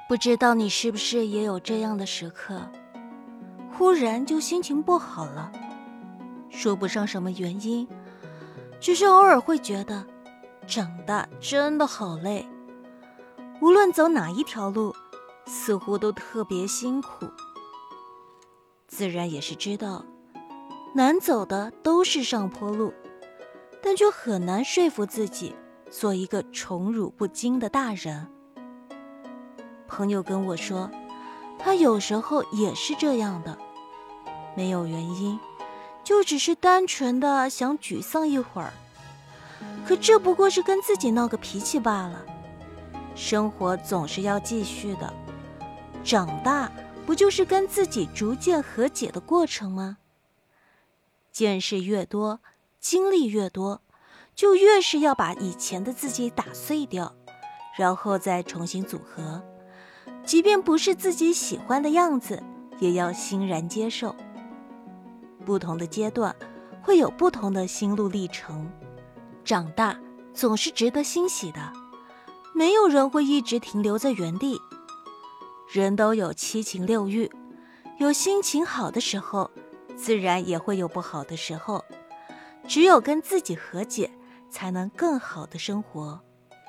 不知道你是不是也有这样的时刻，忽然就心情不好了，说不上什么原因，只是偶尔会觉得长大真的好累，无论走哪一条路，似乎都特别辛苦。自然也是知道，难走的都是上坡路，但却很难说服自己做一个宠辱不惊的大人。朋友跟我说，他有时候也是这样的，没有原因，就只是单纯的想沮丧一会儿。可这不过是跟自己闹个脾气罢了，生活总是要继续的，长大不就是跟自己逐渐和解的过程吗？见识越多，经历越多，就越是要把以前的自己打碎掉，然后再重新组合。即便不是自己喜欢的样子，也要欣然接受。不同的阶段会有不同的心路历程，长大总是值得欣喜的，没有人会一直停留在原地。人都有七情六欲，有心情好的时候，自然也会有不好的时候。只有跟自己和解，才能更好的生活。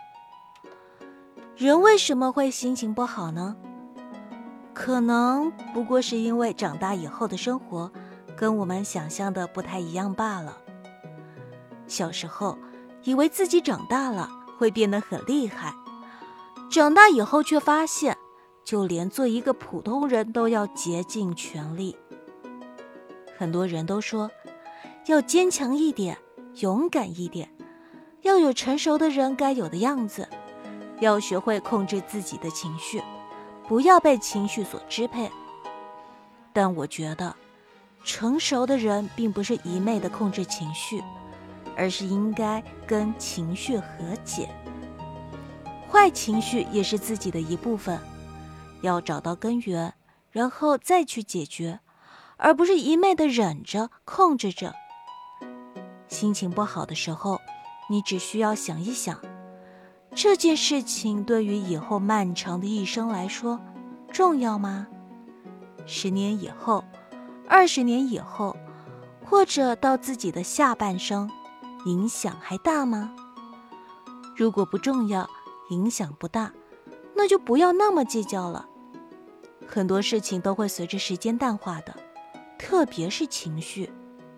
人为什么会心情不好呢？可能不过是因为长大以后的生活跟我们想象的不太一样罢了。小时候以为自己长大了会变得很厉害，长大以后却发现，就连做一个普通人都要竭尽全力。很多人都说，要坚强一点，勇敢一点，要有成熟的人该有的样子，要学会控制自己的情绪，不要被情绪所支配。但我觉得，成熟的人并不是一昧的控制情绪，而是应该跟情绪和解。坏情绪也是自己的一部分，要找到根源，然后再去解决，而不是一昧的忍着、控制着。心情不好的时候，你只需要想一想，这件事情对于以后漫长的一生来说，重要吗？10年以后，20年以后，或者到自己的下半生，影响还大吗？如果不重要，影响不大，那就不要那么计较了。很多事情都会随着时间淡化的，特别是情绪。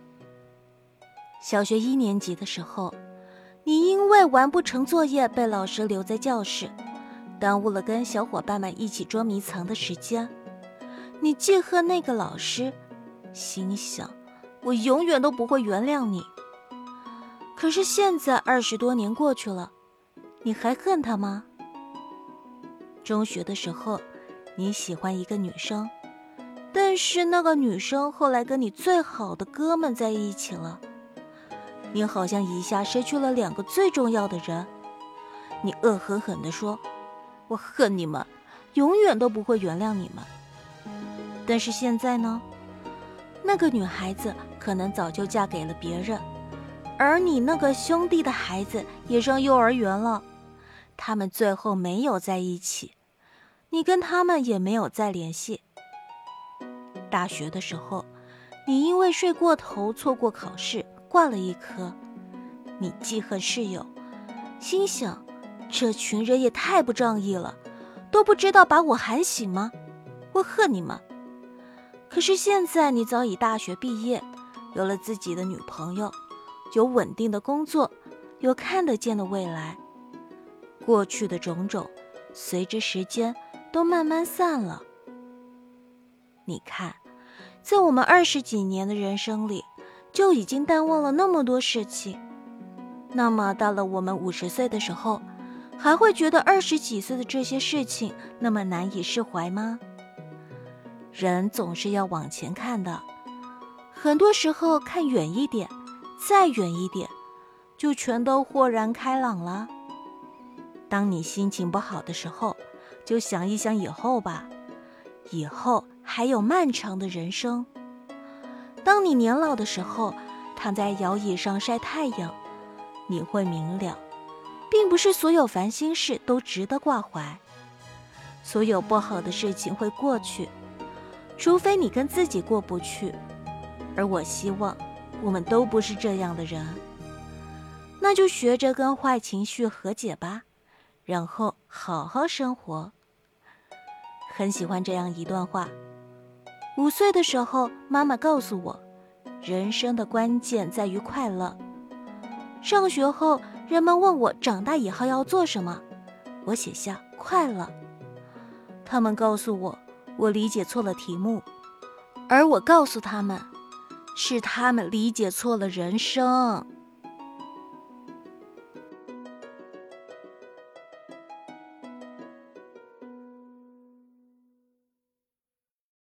小学1年级的时候，你因为完不成作业被老师留在教室，耽误了跟小伙伴们一起捉迷藏的时间。你记恨那个老师，心想，我永远都不会原谅你。可是现在20多年过去了，你还恨他吗？中学的时候，你喜欢一个女生，但是那个女生后来跟你最好的哥们在一起了。你好像一下失去了2个最重要的人。你恶狠狠地说，我恨你们，永远都不会原谅你们。但是现在呢，那个女孩子可能早就嫁给了别人，而你那个兄弟的孩子也上幼儿园了，他们最后没有在一起，你跟他们也没有再联系。大学的时候，你因为睡过头错过考试，挂了一科，你记恨室友，心想，这群人也太不仗义了，都不知道把我喊醒吗？我恨你们。可是现在你早已大学毕业，有了自己的女朋友，有稳定的工作，有看得见的未来。过去的种种，随着时间都慢慢散了。你看，在我们20几年的人生里，就已经淡忘了那么多事情。那么到了我们50岁的时候，还会觉得20几岁的这些事情那么难以释怀吗？人总是要往前看的，很多时候看远一点，再远一点，就全都豁然开朗了。当你心情不好的时候，就想一想以后吧，以后还有漫长的人生。当你年老的时候，躺在摇椅上晒太阳，你会明了，并不是所有烦心事都值得挂怀。 所有不好的事情会过去，除非你跟自己过不去。而我希望我们都不是这样的人。那就学着跟坏情绪和解吧，然后好好生活。很喜欢这样一段话。5岁的时候，妈妈告诉我，人生的关键在于快乐。上学后，人们问我长大以后要做什么，我写下快乐。他们告诉我，我理解错了题目，而我告诉他们，是他们理解错了人生。